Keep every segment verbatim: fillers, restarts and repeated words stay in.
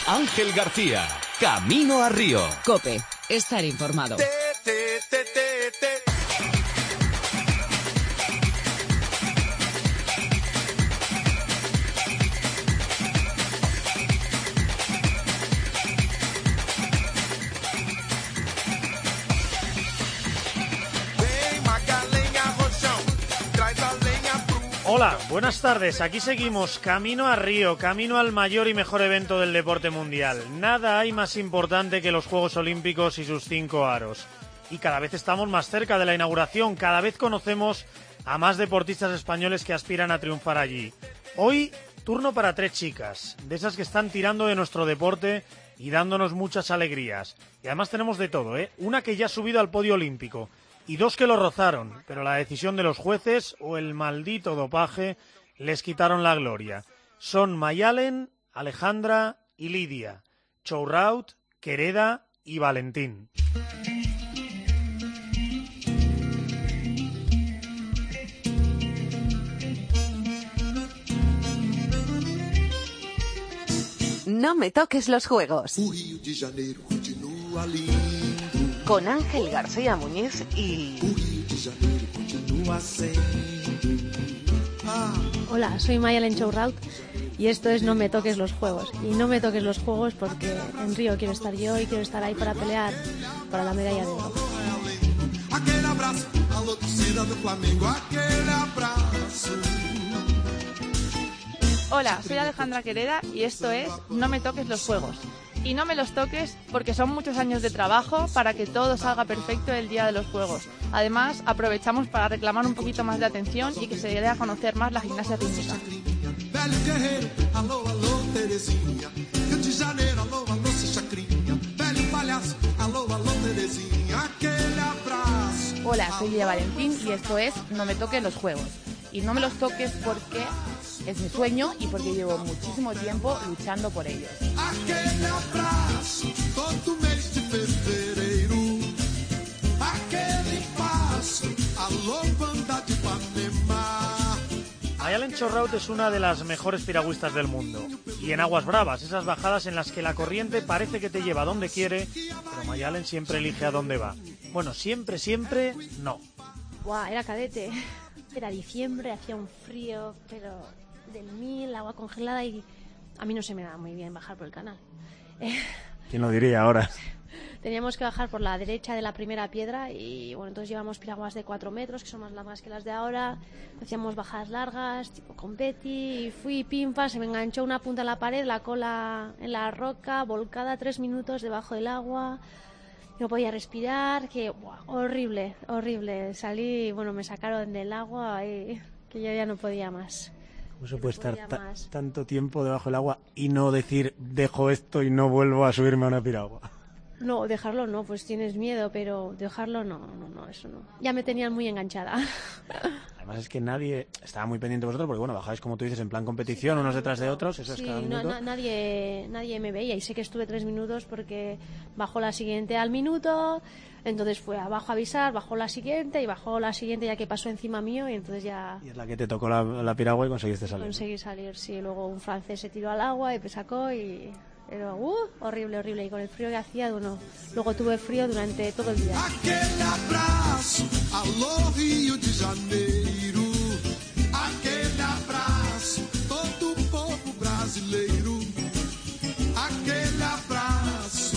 Ángel García, Camino a Río. COPE, estar informado. Te, te, te, te, te. Hola, buenas tardes. Aquí seguimos, camino a Río, camino al mayor y mejor evento del deporte mundial. Nada hay más importante que los Juegos Olímpicos y sus cinco aros. Y cada vez estamos más cerca de la inauguración, cada vez conocemos a más deportistas españoles que aspiran a triunfar allí. Hoy, turno para tres chicas, de esas que están tirando de nuestro deporte y dándonos muchas alegrías. Y además tenemos de todo, ¿eh? Una que ya ha subido al podio olímpico. Y dos que lo rozaron, pero la decisión de los jueces o el maldito dopaje les quitaron la gloria. Son Mayalen, Alejandra y Lidia, Chouraut, Quereda y Valentín. No me toques los juegos. Con Ángel García Muñiz y... Hola, soy Mayalen Chouraut y esto es No me toques los juegos. Y no me toques los juegos porque en Río quiero estar yo y quiero estar ahí para pelear para la medalla de oro. Hola, soy Alejandra Quereda y esto es No me toques los juegos. Y no me los toques porque son muchos años de trabajo para que todo salga perfecto el día de los Juegos. Además, aprovechamos para reclamar un poquito más de atención y que se dé a conocer más la gimnasia rítmica. Hola, soy Lidia Valentín y esto es No me toques los Juegos. Y no me los toques porque es mi sueño y porque llevo muchísimo tiempo luchando por ellos. Mayalen Chouraut es una de las mejores piragüistas del mundo. Y en aguas bravas, esas bajadas en las que la corriente parece que te lleva a donde quiere, pero Mayalen siempre elige a dónde va. Bueno, siempre, siempre, no. Buah, era cadete. Era diciembre, hacía un frío, pero del mil, agua congelada y a mí no se me da muy bien bajar por el canal. Eh, ¿Quién lo diría ahora? Teníamos que bajar por la derecha de la primera piedra y bueno, entonces llevamos piraguas de cuatro metros, que son más largas que las de ahora. Hacíamos bajadas largas, tipo competi, y fui pimpa, se me enganchó una punta en la pared, la cola en la roca, volcada tres minutos debajo del agua. No podía respirar, que buah, horrible, horrible. Salí, bueno, me sacaron del agua y que yo ya no podía más. ¿Cómo se puede estar ta- tanto tiempo debajo del agua y no decir dejo esto y no vuelvo a subirme a una piragua? No, dejarlo no, pues tienes miedo, pero dejarlo no, no, no, eso no. Ya me tenían muy enganchada. Además es que nadie estaba muy pendiente de vosotros, porque bueno, bajáis como tú dices en plan competición, unos detrás de otros, eso sí, es cada no, minuto. na- nadie, nadie me veía y sé que estuve tres minutos porque bajó la siguiente al minuto, entonces fue abajo a avisar, bajó la siguiente y bajó la siguiente ya que pasó encima mío y entonces ya... Y es la que te tocó la, la piragua y conseguiste salir. Conseguí salir, sí, luego un francés se tiró al agua y me sacó y... Pero, uh, horrible, horrible. Y con el frío que hacía, bueno, luego tuve frío durante todo el día. Aquel abrazo, aló Río de Janeiro. Aquel abrazo, todo o povo brasileiro. Aquel abrazo.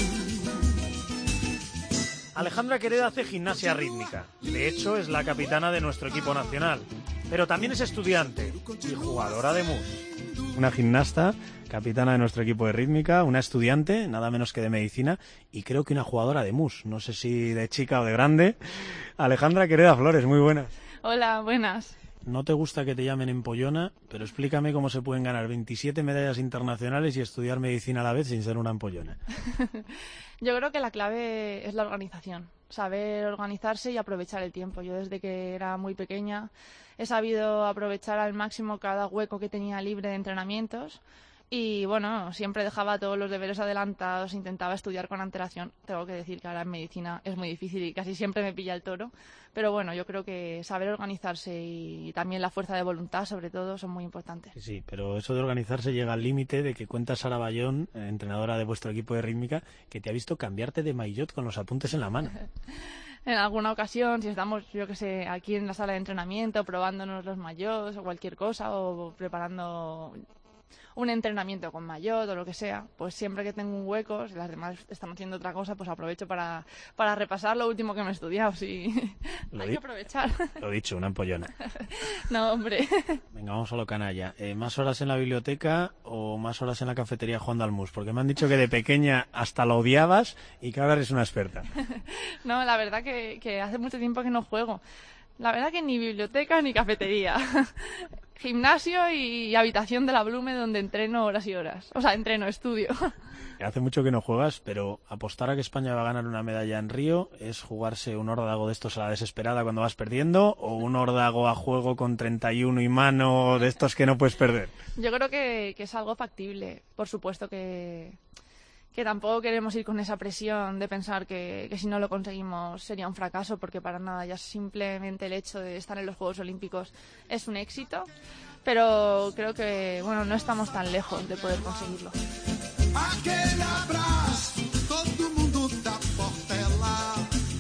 Alejandra Quereda hace gimnasia rítmica. De hecho, es la capitana de nuestro equipo nacional. Pero también es estudiante y jugadora de mus. Una gimnasta, capitana de nuestro equipo de rítmica, una estudiante, nada menos que de medicina, y creo que una jugadora de mus, no sé si de chica o de grande. Alejandra Quereda Flores, muy buenas. Hola, buenas. No te gusta que te llamen empollona, pero explícame cómo se pueden ganar veintisiete medallas internacionales y estudiar medicina a la vez sin ser una empollona. Yo creo que la clave es la organización, saber organizarse y aprovechar el tiempo. Yo desde que era muy pequeña he sabido aprovechar al máximo cada hueco que tenía libre de entrenamientos Y bueno, siempre dejaba todos los deberes adelantados, intentaba estudiar con antelación. Tengo que decir que ahora en medicina es muy difícil y casi siempre me pilla el toro. Pero bueno, yo creo que saber organizarse y también la fuerza de voluntad, sobre todo, son muy importantes. Sí, sí, pero eso de organizarse llega al límite de que cuenta Sara Bayón, entrenadora de vuestro equipo de rítmica, que te ha visto cambiarte de maillot con los apuntes en la mano. En alguna ocasión, si estamos, yo que sé, aquí en la sala de entrenamiento, probándonos los maillots o cualquier cosa, o preparando un entrenamiento con maillot o lo que sea, pues siempre que tengo un hueco, si las demás están haciendo otra cosa, pues aprovecho para, para repasar lo último que me he estudiado. Sí. Hay que aprovechar. Lo dicho, una empollona. No, hombre. Venga, vamos a lo canalla. Eh, ¿Más horas en la biblioteca o más horas en la cafetería jugando al mus? Porque me han dicho que de pequeña hasta lo odiabas y que ahora eres una experta. No, la verdad que, que hace mucho tiempo que no juego. La verdad que ni biblioteca ni cafetería. Gimnasio y habitación de la Blume donde entreno horas y horas. O sea, entreno, estudio. Hace mucho que no juegas, pero apostar a que España va a ganar una medalla en Río es jugarse un órdago de estos a la desesperada cuando vas perdiendo o un órdago a juego con treinta y uno y mano de estos que no puedes perder. Yo creo que, que es algo factible. Por supuesto que... que tampoco queremos ir con esa presión de pensar que, que si no lo conseguimos sería un fracaso, porque para nada, ya simplemente el hecho de estar en los Juegos Olímpicos es un éxito, pero creo que bueno, no estamos tan lejos de poder conseguirlo. Aquele abraço, todo mundo da Portela.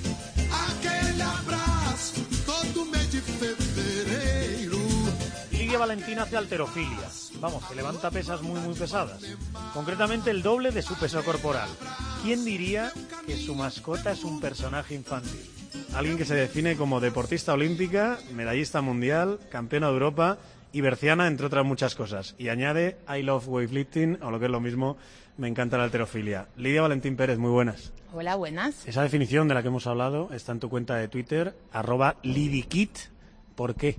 Aquele abraço, todo mês de fevereiro. Lidia Valentín hace halterofilia. Vamos, que levanta pesas muy muy pesadas. Concretamente el doble de su peso corporal. ¿Quién diría que su mascota es un personaje infantil? Alguien que se define como deportista olímpica, medallista mundial, campeona de Europa y berciana, entre otras muchas cosas. Y añade, I love weightlifting, o lo que es lo mismo, me encanta la halterofilia. Lidia Valentín Pérez, muy buenas. Hola, buenas. Esa definición de la que hemos hablado está en tu cuenta de Twitter, arroba lidikit. ¿Por qué?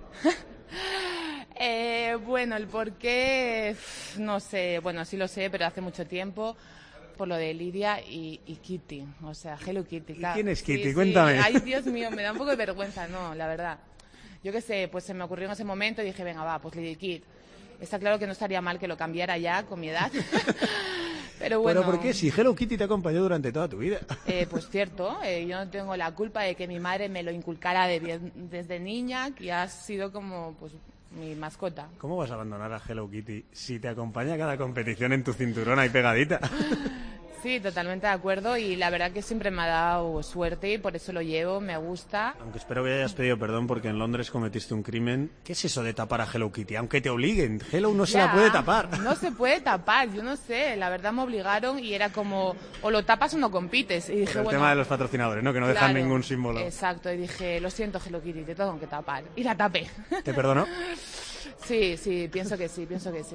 eh, bueno, el por qué, no sé, bueno, sí lo sé, pero hace mucho tiempo, por lo de Lidia y, y Kitty, o sea, Hello Kitty. ¿Y quién es Kitty? Sí, Cuéntame. Sí. Ay, Dios mío, me da un poco de vergüenza, no, la verdad. Yo qué sé, pues se me ocurrió en ese momento y dije, venga, va, pues Lidia Kit. Está claro que no estaría mal que lo cambiara ya con mi edad. Pero bueno. ¿Pero por qué? Si Hello Kitty te acompañó durante toda tu vida. Eh, pues cierto, eh, yo no tengo la culpa de que mi madre me lo inculcara de bien, desde niña, que ha sido como pues mi mascota. ¿Cómo vas a abandonar a Hello Kitty si te acompaña a cada competición en tu cinturón ahí pegadita? Sí, totalmente de acuerdo, y la verdad que siempre me ha dado suerte y por eso lo llevo, me gusta. Aunque espero que hayas pedido perdón porque en Londres cometiste un crimen. ¿Qué es eso de tapar a Hello Kitty? Aunque te obliguen, Hello no se Ya, la puede tapar. No se puede tapar, yo no sé, la verdad me obligaron y era como, o lo tapas o no compites. Y dije, Pero el bueno, tema de los patrocinadores, ¿no? Que no claro, dejan ningún símbolo. Exacto, y dije, lo siento Hello Kitty, te tengo que tapar. Y la tapé. ¿Te perdonó? Sí, sí, pienso que sí, pienso que sí.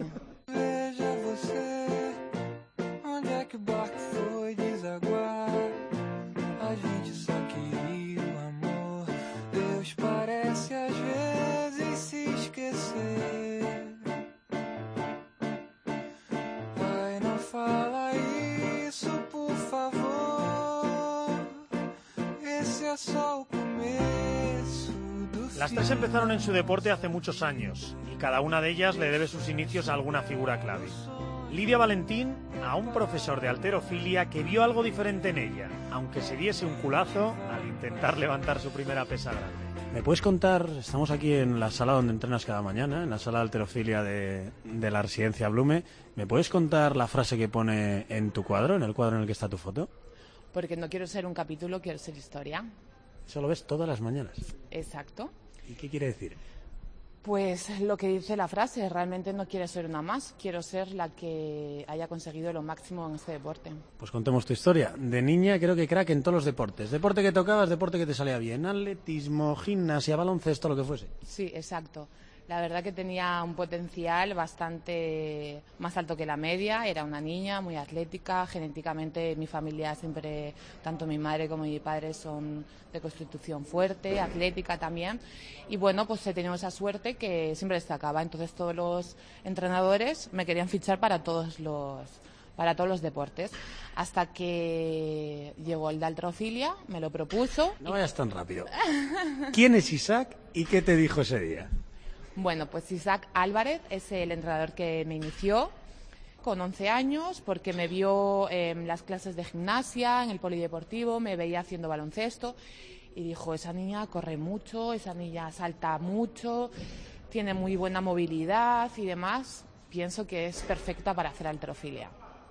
Las tres empezaron en su deporte hace muchos años y cada una de ellas le debe sus inicios a alguna figura clave. Lidia Valentín a un profesor de halterofilia que vio algo diferente en ella, aunque se diese un culazo al intentar levantar su primera pesa grande. ¿Me puedes contar? Estamos aquí en la sala donde entrenas cada mañana, en la sala de halterofilia de, de la residencia Blume. ¿Me puedes contar la frase que pone en tu cuadro, en el cuadro en el que está tu foto? Porque no quiero ser un capítulo, quiero ser historia. Eso lo ves todas las mañanas. Exacto. ¿Y qué quiere decir? Pues lo que dice la frase, realmente no quiero ser una más, quiero ser la que haya conseguido lo máximo en este deporte. Pues contemos tu historia. De niña creo que crack en todos los deportes. Deporte que tocabas, deporte que te salía bien. Atletismo, gimnasia, baloncesto, lo que fuese. Sí, exacto. La verdad que tenía un potencial bastante más alto que la media, era una niña muy atlética, genéticamente mi familia siempre, tanto mi madre como mi padre son de constitución fuerte, atlética también, y bueno, pues he tenido esa suerte que siempre destacaba, entonces todos los entrenadores me querían fichar para todos los para todos los deportes, hasta que llegó el de halterofilia, me lo propuso. No vayas tan rápido. ¿Quién es Isaac y qué te dijo ese día? Bueno, pues Isaac Álvarez es el entrenador que me inició con once años porque me vio en las clases de gimnasia, en el polideportivo, me veía haciendo baloncesto y dijo, esa niña corre mucho, esa niña salta mucho, tiene muy buena movilidad y demás, pienso que es perfecta para hacer halterofilia.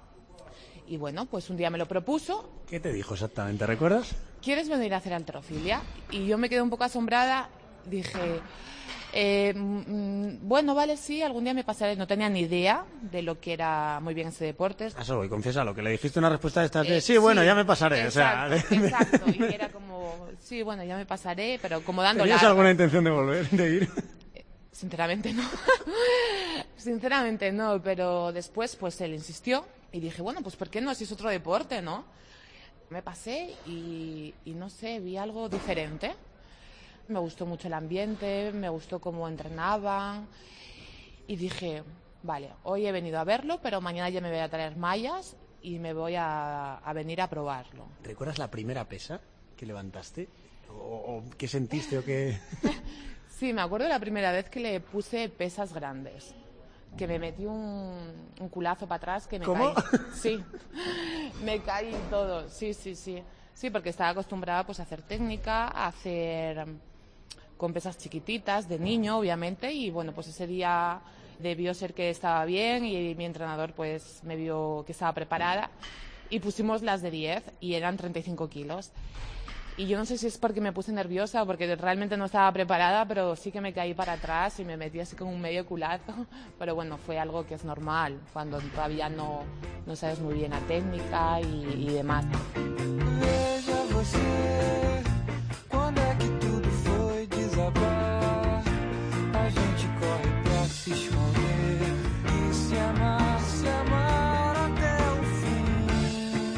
Y bueno, pues un día me lo propuso. ¿Qué te dijo exactamente, recuerdas? ¿Quieres venir a hacer halterofilia? Y yo me quedé un poco asombrada, dije, eh, mm, bueno, vale, sí, algún día me pasaré. No tenía ni idea de lo que era muy bien ese deporte. Eso voy, confiésalo, que le dijiste una respuesta de estas de, Eh, sí, bueno, sí, ya me pasaré. Exacto, o sea, exacto, y era como, sí, bueno, ya me pasaré, pero como dando ¿Tenías largas. alguna intención de volver, de ir? Sinceramente no. Sinceramente no, pero después pues él insistió y dije, bueno, pues ¿por qué no? Si es otro deporte, ¿no? Me pasé y, y no sé, vi algo diferente. Me gustó mucho el ambiente, me gustó cómo entrenaban y dije, vale, hoy he venido a verlo, pero mañana ya me voy a traer mallas y me voy a, a venir a probarlo. ¿Recuerdas la primera pesa que levantaste? ¿O, o qué sentiste o qué...? Sí, me acuerdo la primera vez que le puse pesas grandes, que me metí un, un culazo para atrás que me ¿Cómo? caí. Sí, me caí y todo, sí, sí, sí. Sí, porque estaba acostumbrada pues a hacer técnica, a hacer con pesas chiquititas, de niño, obviamente, y bueno, pues ese día debió ser que estaba bien y mi entrenador pues me vio que estaba preparada y pusimos las de diez y eran treinta y cinco kilos. Y yo no sé si es porque me puse nerviosa o porque realmente no estaba preparada, pero sí que me caí para atrás y me metí así con un medio culazo. Pero bueno, fue algo que es normal cuando todavía no, no sabes muy bien la técnica y, y demás. Veja você, quando é que tudo foi desabar? A gente corre pra se esconder e se amar, se amar até o fim.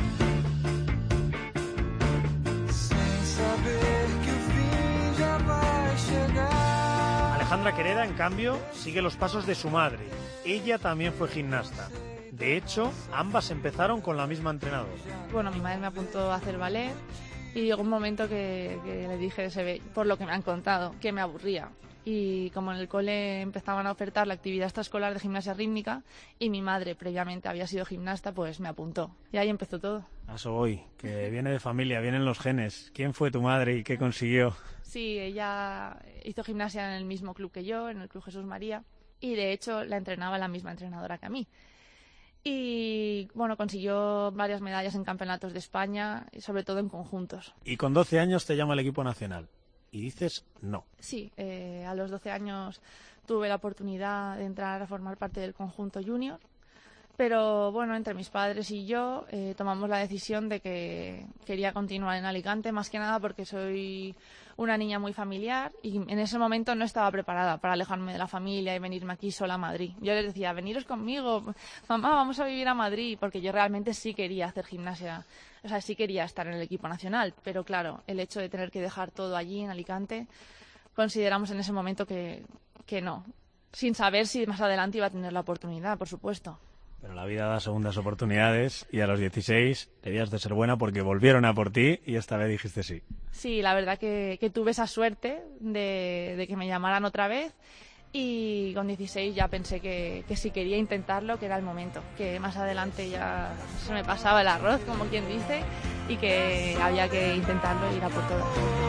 Sem saber que o fim já vai chegar. Alejandra Quereda, en cambio, sigue los pasos de su madre. Ella también fue gimnasta. De hecho, ambas empezaron con la misma entrenadora. Bueno, mi madre me apuntó a hacer ballet y llegó un momento que, que le dije, se ve, por lo que me han contado, que me aburría. Y como en el cole empezaban a ofertar la actividad extraescolar de gimnasia rítmica y mi madre previamente había sido gimnasta, pues me apuntó. Y ahí empezó todo. A eso voy, que viene de familia, vienen los genes. ¿Quién fue tu madre y qué consiguió? Sí, ella hizo gimnasia en el mismo club que yo, en el Club Jesús María, y de hecho la entrenaba la misma entrenadora que a mí. Y bueno, consiguió varias medallas en campeonatos de España, y sobre todo en conjuntos. Y con doce años te llama el equipo nacional. Y dices no. Sí, eh, a los doce años tuve la oportunidad de entrar a formar parte del conjunto junior. Pero bueno, entre mis padres y yo eh, tomamos la decisión de que quería continuar en Alicante, más que nada porque soy una niña muy familiar y en ese momento no estaba preparada para alejarme de la familia y venirme aquí sola a Madrid. Yo les decía, veniros conmigo, mamá, vamos a vivir a Madrid, porque yo realmente sí quería hacer gimnasia, o sea, sí quería estar en el equipo nacional, pero claro, el hecho de tener que dejar todo allí en Alicante, consideramos en ese momento que, que no, sin saber si más adelante iba a tener la oportunidad, por supuesto. Pero la vida da segundas oportunidades y a los dieciséis debías de ser buena porque volvieron a por ti y esta vez dijiste sí. Sí, la verdad que, que tuve esa suerte de, de que me llamaran otra vez y con dieciséis ya pensé que, que si quería intentarlo, que era el momento, que más adelante ya se me pasaba el arroz, como quien dice, y que había que intentarlo e ir a por todas.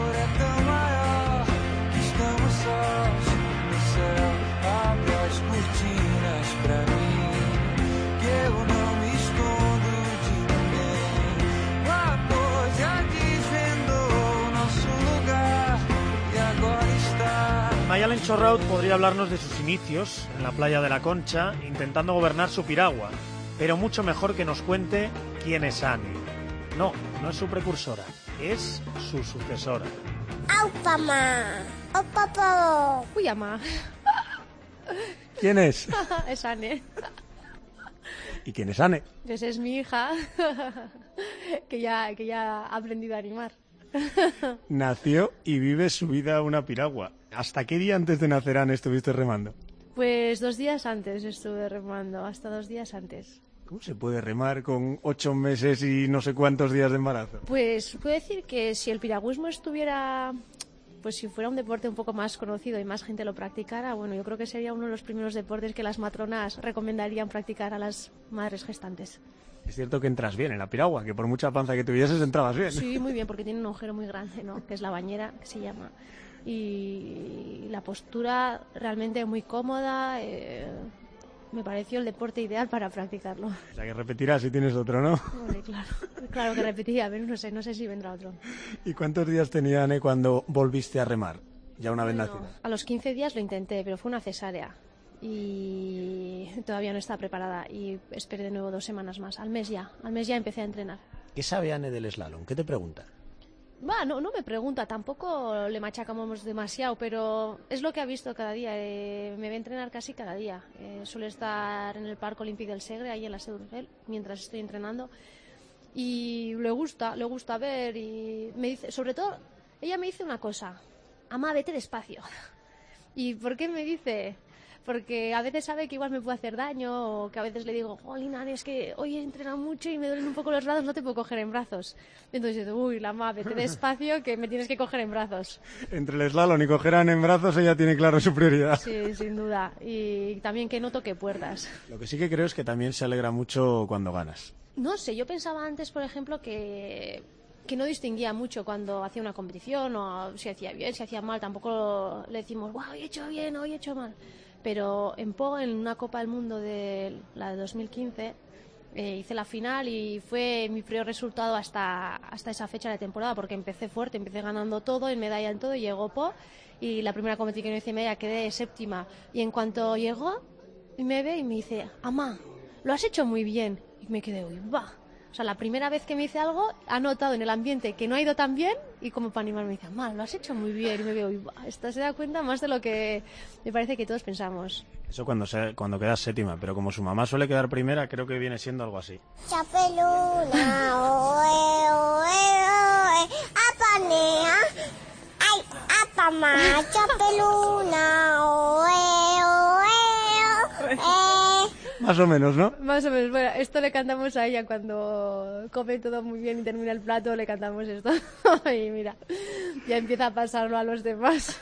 Mayalen Chorraut podría hablarnos de sus inicios en la playa de la Concha, intentando gobernar su piragua, pero mucho mejor que nos cuente quién es Annie. No, no es su precursora, es su sucesora. ¡Au, mamá! ¡Oh, papá! ¡Uy, mamá! ¿Quién es? Es Anne. ¿Y quién es Anne? Pues es mi hija, que ya, que ya ha aprendido a animar. Nació y vive su vida una piragua. ¿Hasta qué día antes de nacer Anne estuviste remando? Pues dos días antes estuve remando, hasta dos días antes. ¿Cómo se puede remar con ocho meses y no sé cuántos días de embarazo? Pues puedo decir que si el piragüismo estuviera pues si fuera un deporte un poco más conocido y más gente lo practicara, bueno, yo creo que sería uno de los primeros deportes que las matronas recomendarían practicar a las madres gestantes. Es cierto que entras bien en la piragua, que por mucha panza que tuvieses entrabas bien. Sí, muy bien, porque tiene un agujero muy grande, ¿no? Que es la bañera, que se llama. Y la postura realmente muy cómoda. Eh, me pareció el deporte ideal para practicarlo. O sea que repetirás si tienes otro, ¿no? Vale, claro, claro que repetiría, pero no sé, no sé si vendrá otro. ¿Y cuántos días tenía Ane cuando volviste a remar? Ya una vez Bueno, nacida. a los quince días lo intenté, pero fue una cesárea. Y todavía no estaba preparada. Y esperé de nuevo dos semanas más. Al mes ya, al mes ya empecé a entrenar. ¿Qué sabe Ane del slalom? ¿Qué te pregunta? Va, no, no me pregunta, tampoco le machacamos demasiado, pero es lo que ha visto cada día. Eh, me ve entrenar casi cada día. Eh, suele estar en el Parque Olímpic del Segre, ahí en la Seu d'Urgell, mientras estoy entrenando. Y le gusta, le gusta ver y me dice, sobre todo, ella me dice una cosa: Amá, vete despacio. ¿Y por qué me dice? Porque a veces sabe que igual me puede hacer daño, o que a veces le digo, jolín, Ane, es que hoy he entrenado mucho y me duelen un poco los brazos, no te puedo coger en brazos. Entonces dice, uy, la ma, vete despacio que me tienes que coger en brazos. Entre el slalom y coger a Ane en brazos, ella tiene claro su prioridad. Sí, sin duda. Y también que no toque puertas. Lo que sí que creo es que también se alegra mucho cuando ganas. No sé, yo pensaba antes, por ejemplo, que... que no distinguía mucho cuando hacía una competición, o si hacía bien, si hacía mal, tampoco le decimos, wow, hoy he hecho bien, hoy he hecho mal. Pero en Po, en una Copa del Mundo de la de dos mil quince, eh, hice la final y fue mi peor resultado hasta, hasta esa fecha de temporada, porque empecé fuerte, empecé ganando todo, en medalla en todo, y llegó Po, y la primera competición que hice en medalla quedé séptima. Y en cuanto llegó, me ve y me dice, Amá, lo has hecho muy bien. Y me quedé, uy, va. O sea, la primera vez que me hice algo, ha notado en el ambiente que no ha ido tan bien, y como para animarme me dice, mal, lo has hecho muy bien. Y me veo, uy, va, esto se da cuenta más de lo que me parece que todos pensamos. Eso cuando se, cuando quedas séptima, pero como su mamá suele quedar primera, creo que viene siendo algo así. Chapeluna, oe, oe, oe, apanea, ay, apamá, chapeluna, oe, oe, oe. Más o menos, ¿no? Más o menos. Bueno, esto le cantamos a ella cuando come todo muy bien y termina el plato, le cantamos esto. Y mira, ya empieza a pasarlo a los demás.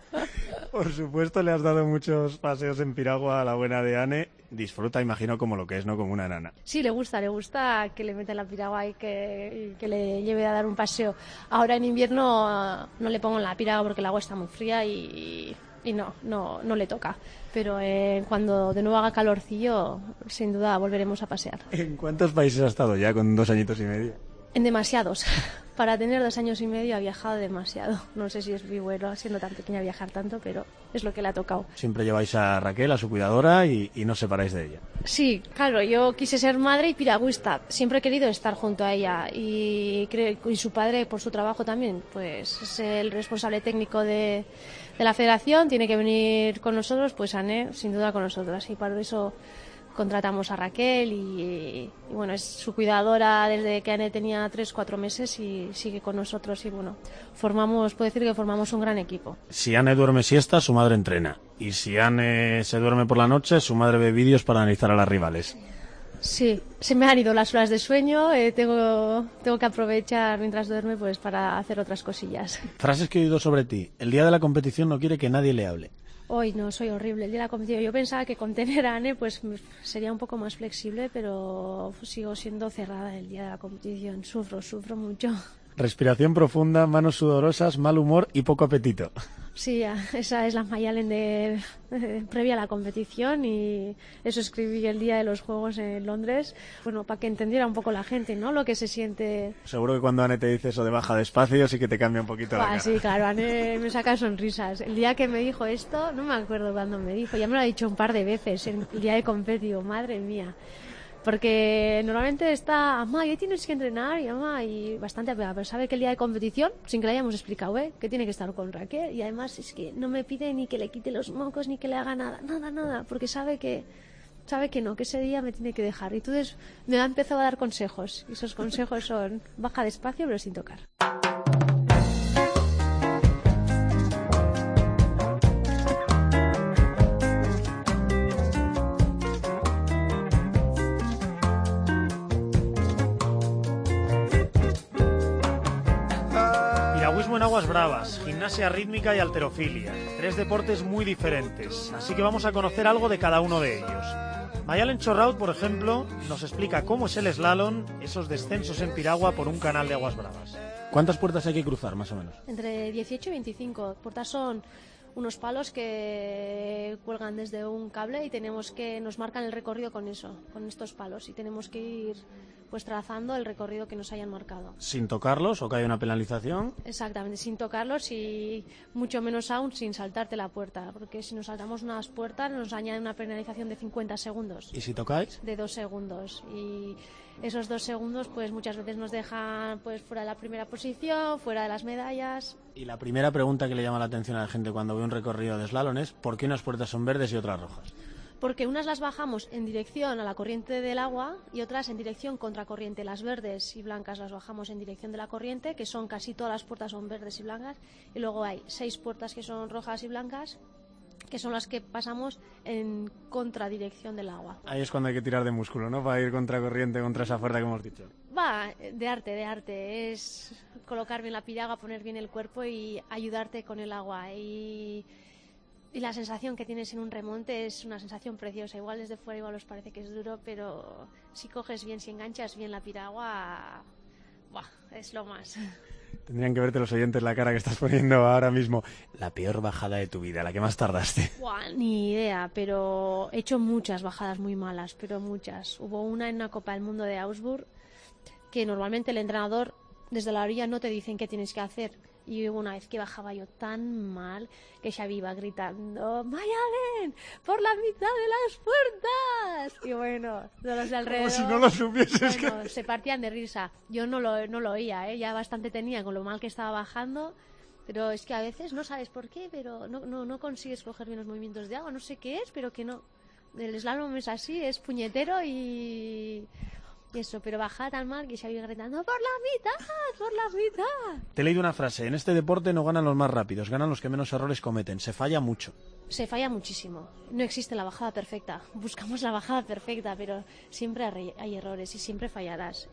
Por supuesto, le has dado muchos paseos en piragua a la buena de Ane. Disfruta, imagino, como lo que es, no como una enana. Sí, le gusta, le gusta que le meta la piragua y que, y que le lleve a dar un paseo. Ahora en invierno no le pongo en la piragua porque el agua está muy fría y, y no, no, no le toca. Pero eh, cuando de nuevo haga calorcillo, sin duda volveremos a pasear. ¿En cuántos países ha estado ya con dos añitos y medio? En demasiados. Para tener dos años y medio ha viajado demasiado. No sé si es muy bueno, siendo tan pequeña, viajar tanto, pero es lo que le ha tocado. Siempre lleváis a Raquel, a su cuidadora, y, y no os separáis de ella. Sí, claro, yo quise ser madre y piragüista. Siempre he querido estar junto a ella. Y, creo, y su padre, por su trabajo también, pues es el responsable técnico de, de la federación. Tiene que venir con nosotros, pues Ane, sin duda con nosotras. Y para eso contratamos a Raquel y, y bueno, es su cuidadora desde que Ane tenía tres, cuatro meses y sigue con nosotros y bueno, formamos, puedo decir que formamos un gran equipo. Si Ane duerme siesta, su madre entrena. Y si Ane se duerme por la noche, su madre ve vídeos para analizar a las rivales. Sí, se me han ido las horas de sueño, eh, tengo, tengo que aprovechar mientras duerme pues para hacer otras cosillas. Frases que he oído sobre ti. El día de la competición no quiere que nadie le hable. Hoy no, soy horrible. El día de la competición yo pensaba que con tener a Ane pues sería un poco más flexible, pero sigo siendo cerrada el día de la competición. Sufro, sufro mucho. Respiración profunda, manos sudorosas, mal humor y poco apetito. Sí, esa es la Mayalen de, de previa a la competición y eso escribí el día de los Juegos en Londres, bueno, para que entendiera un poco la gente, ¿no? Lo que se siente. Seguro que cuando Ane te dice eso de baja despacio sí que te cambia un poquito la ah, cara. Sí, claro, Ane me saca sonrisas. El día que me dijo esto, no me acuerdo cuándo me dijo, ya me lo ha dicho un par de veces, el día de competición, madre mía. Porque normalmente está, mamá, ya tienes que entrenar, y mamá, y bastante apegada, pero sabe que el día de competición, sin que le hayamos explicado, ¿eh? Que tiene que estar con Raquel, y además es que no me pide ni que le quite los mocos, ni que le haga nada, nada, nada, porque sabe que, sabe que no, que ese día me tiene que dejar. Y entonces me ha empezado a dar consejos, y esos consejos son, baja despacio, pero sin tocar. en aguas bravas, gimnasia rítmica y halterofilia. Tres deportes muy diferentes, así que vamos a conocer algo de cada uno de ellos. Mayalen Chorraut, por ejemplo, nos explica cómo es el slalom, esos descensos en piragua por un canal de aguas bravas. ¿Cuántas puertas hay que cruzar, más o menos? Entre dieciocho y veinticinco. Puertas son unos palos que cuelgan desde un cable y tenemos que nos marcan el recorrido con eso, con estos palos, y tenemos que ir pues trazando el recorrido que nos hayan marcado. Sin tocarlos o que haya una penalización. Exactamente, sin tocarlos y mucho menos aún sin saltarte la puerta, porque si nos saltamos unas puertas nos añade una penalización de cincuenta segundos. ¿Y si tocáis? De dos segundos. Y esos dos segundos pues muchas veces nos dejan pues fuera de la primera posición, fuera de las medallas. Y la primera pregunta que le llama la atención a la gente cuando ve un recorrido de slalom es ¿por qué unas puertas son verdes y otras rojas? Porque unas las bajamos en dirección a la corriente del agua y otras en dirección contracorriente. Las verdes y blancas las bajamos en dirección de la corriente, que son casi todas las puertas son verdes y blancas, y luego hay seis puertas que son rojas y blancas, que son las que pasamos en contradirección del agua. Ahí es cuando hay que tirar de músculo, ¿no? Para ir contracorriente contra esa fuerza que hemos dicho. Va, de arte, de arte. Es colocar bien la piragua, poner bien el cuerpo y ayudarte con el agua. Y... Y la sensación que tienes en un remonte es una sensación preciosa. Igual desde fuera igual os parece que es duro, pero si coges bien, si enganchas bien la piragua, ¡buah!, es lo más. Tendrían que verte los oyentes la cara que estás poniendo ahora mismo. La peor bajada de tu vida, la que más tardaste. Buah, ni idea, pero he hecho muchas bajadas muy malas, pero muchas. Hubo una en una Copa del Mundo de Augsburg que normalmente el entrenador desde la orilla no te dicen qué tienes que hacer. Y hubo una vez que bajaba yo tan mal que Xavi iba gritando ¡Mayalen! ¡Por la mitad de las puertas! Y bueno, todos los de alrededor... Como si no lo supieses. Bueno, que... se partían de risa. Yo no lo, no lo oía, ¿eh? Ya bastante tenía con lo mal que estaba bajando. Pero es que a veces no sabes por qué, pero no, no, no consigues coger bien los movimientos de agua. No sé qué es, pero que no. El slalom es así, es puñetero y... Eso, pero baja tan mal que se había gritando ¡por la mitad! ¡Por la mitad! Te he leído una frase, en este deporte no ganan los más rápidos, ganan los que menos errores cometen, se falla mucho. Se falla muchísimo, no existe la bajada perfecta, buscamos la bajada perfecta, pero siempre hay errores y siempre fallarás.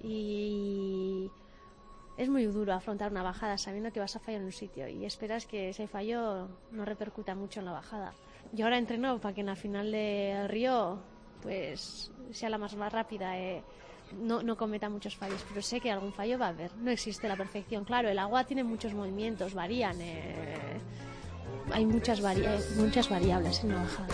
Y es muy duro afrontar una bajada sabiendo que vas a fallar en un sitio y esperas que ese fallo no repercuta mucho en la bajada. Yo ahora entreno para que en la final del Río pues sea la más, más rápida, eh. No, no cometa muchos fallos, pero sé que algún fallo va a haber. No existe la perfección. Claro, el agua tiene muchos movimientos, varían. Eh, hay muchas, vari muchas variables en la bajada.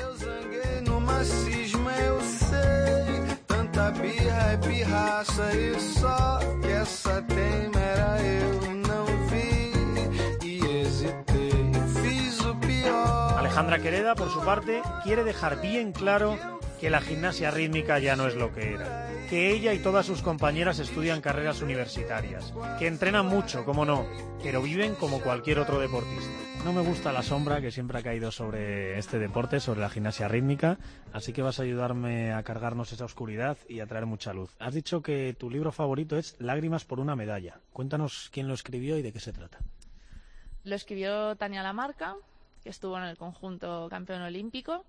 Alejandra Quereda, por su parte, quiere dejar bien claro que la gimnasia rítmica ya no es lo que era. Que ella y todas sus compañeras estudian carreras universitarias, que entrenan mucho, cómo no, pero viven como cualquier otro deportista. No me gusta la sombra que siempre ha caído sobre este deporte, sobre la gimnasia rítmica, así que vas a ayudarme a cargarnos esa oscuridad y a traer mucha luz. Has dicho que tu libro favorito es Lágrimas por una medalla. Cuéntanos quién lo escribió y de qué se trata. Lo escribió Tania Lamarca, que estuvo en el conjunto campeón olímpico.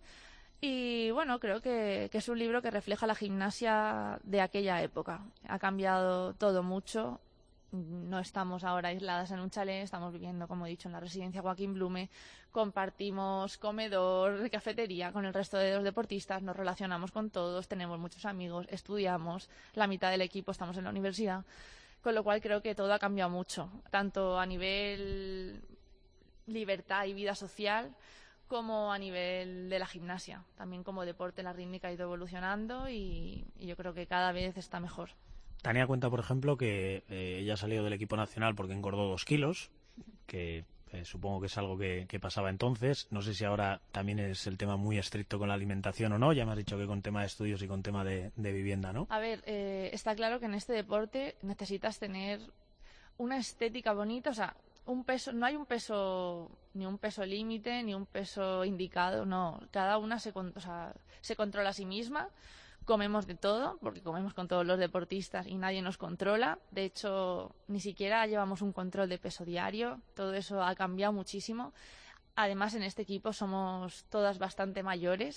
Y bueno, creo que, que es un libro que refleja la gimnasia de aquella época. Ha cambiado todo mucho. No estamos ahora aisladas en un chalet, estamos viviendo, como he dicho, en la residencia Joaquín Blume. Compartimos comedor, cafetería con el resto de los deportistas, nos relacionamos con todos, tenemos muchos amigos, estudiamos, la mitad del equipo estamos en la universidad. Con lo cual creo que todo ha cambiado mucho, tanto a nivel libertad y vida social, como a nivel de la gimnasia. También como deporte la rítmica ha ido evolucionando y, y yo creo que cada vez está mejor. Tania cuenta, por ejemplo, que eh, ella salió del equipo nacional porque engordó dos kilos, que eh, supongo que es algo que, que pasaba entonces. No sé si ahora también es el tema muy estricto con la alimentación o no. Ya me has dicho que con tema de estudios y con tema de, de vivienda, ¿no? A ver, eh, está claro que en este deporte necesitas tener una estética bonita, o sea, un peso, no hay un peso, ni un peso límite, ni un peso indicado, no. Cada una se, o sea, se controla a sí misma. Comemos de todo, porque comemos con todos los deportistas y nadie nos controla. De hecho, ni siquiera llevamos un control de peso diario. Todo eso ha cambiado muchísimo. Además, en este equipo somos todas bastante mayores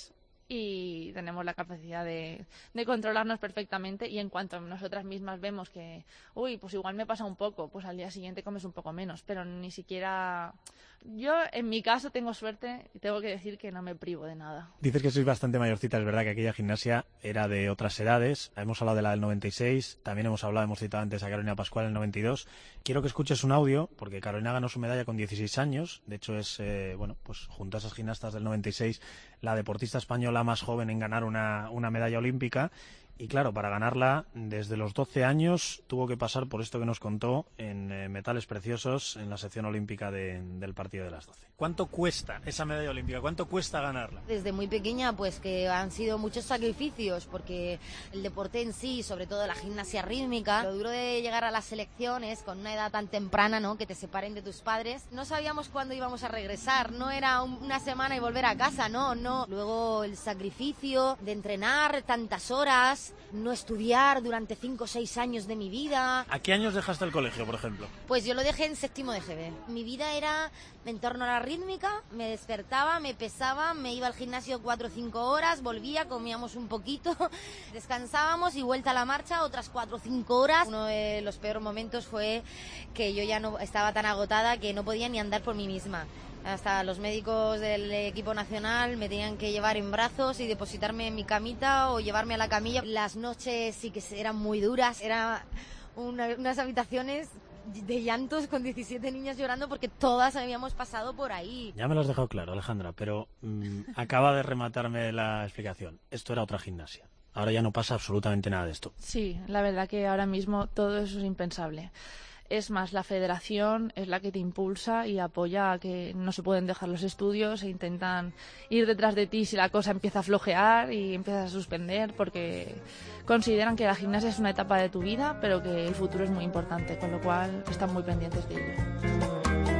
y tenemos la capacidad de, de controlarnos perfectamente, y en cuanto nosotras mismas vemos que, uy, pues igual me pasa un poco, pues al día siguiente comes un poco menos, pero ni siquiera... Yo, en mi caso, tengo suerte y tengo que decir que no me privo de nada. Dices que sois bastante mayorcita, es verdad que aquella gimnasia era de otras edades. Hemos hablado de la del noventa y seis, también hemos hablado, hemos citado antes a Carolina Pascual en el noventa y dos. Quiero que escuches un audio, porque Carolina ganó su medalla con dieciséis años. De hecho, es, eh, bueno, pues junto a esas gimnastas del noventa y seis, la deportista española más joven en ganar una, una medalla olímpica. Y claro, para ganarla, desde los doce años, tuvo que pasar por esto que nos contó en eh, metales preciosos en la sección olímpica de, del partido de las doce. ¿Cuánto cuesta esa medalla olímpica? ¿Cuánto cuesta ganarla? Desde muy pequeña, pues que han sido muchos sacrificios, porque el deporte en sí, sobre todo la gimnasia rítmica, lo duro de llegar a las selecciones con una edad tan temprana, ¿no?, que te separen de tus padres. No sabíamos cuándo íbamos a regresar, no era un, una semana y volver a casa, no, no. Luego el sacrificio de entrenar tantas horas, no estudiar durante cinco o seis años de mi vida. ¿A qué años dejaste el colegio, por ejemplo? Pues yo lo dejé en séptimo de G B. Mi vida era en torno a la rítmica, me despertaba, me pesaba, me iba al gimnasio cuatro o cinco horas, volvía, comíamos un poquito, descansábamos y vuelta a la marcha otras cuatro o cinco horas. Uno de los peores momentos fue que yo ya no estaba tan agotada que no podía ni andar por mí misma. Hasta los médicos del equipo nacional me tenían que llevar en brazos y depositarme en mi camita o llevarme a la camilla. Las noches sí que eran muy duras, eran una, unas habitaciones de llantos con diecisiete niñas llorando porque todas habíamos pasado por ahí. Ya me lo has dejado claro, Alejandra, pero mmm, acaba de rematarme la explicación. Esto era otra gimnasia. Ahora ya no pasa absolutamente nada de esto. Sí, la verdad que ahora mismo todo eso es impensable. Es más, la federación es la que te impulsa y apoya a que no se pueden dejar los estudios e intentan ir detrás de ti si la cosa empieza a flojear y empiezas a suspender, porque consideran que la gimnasia es una etapa de tu vida, pero que el futuro es muy importante, con lo cual están muy pendientes de ello.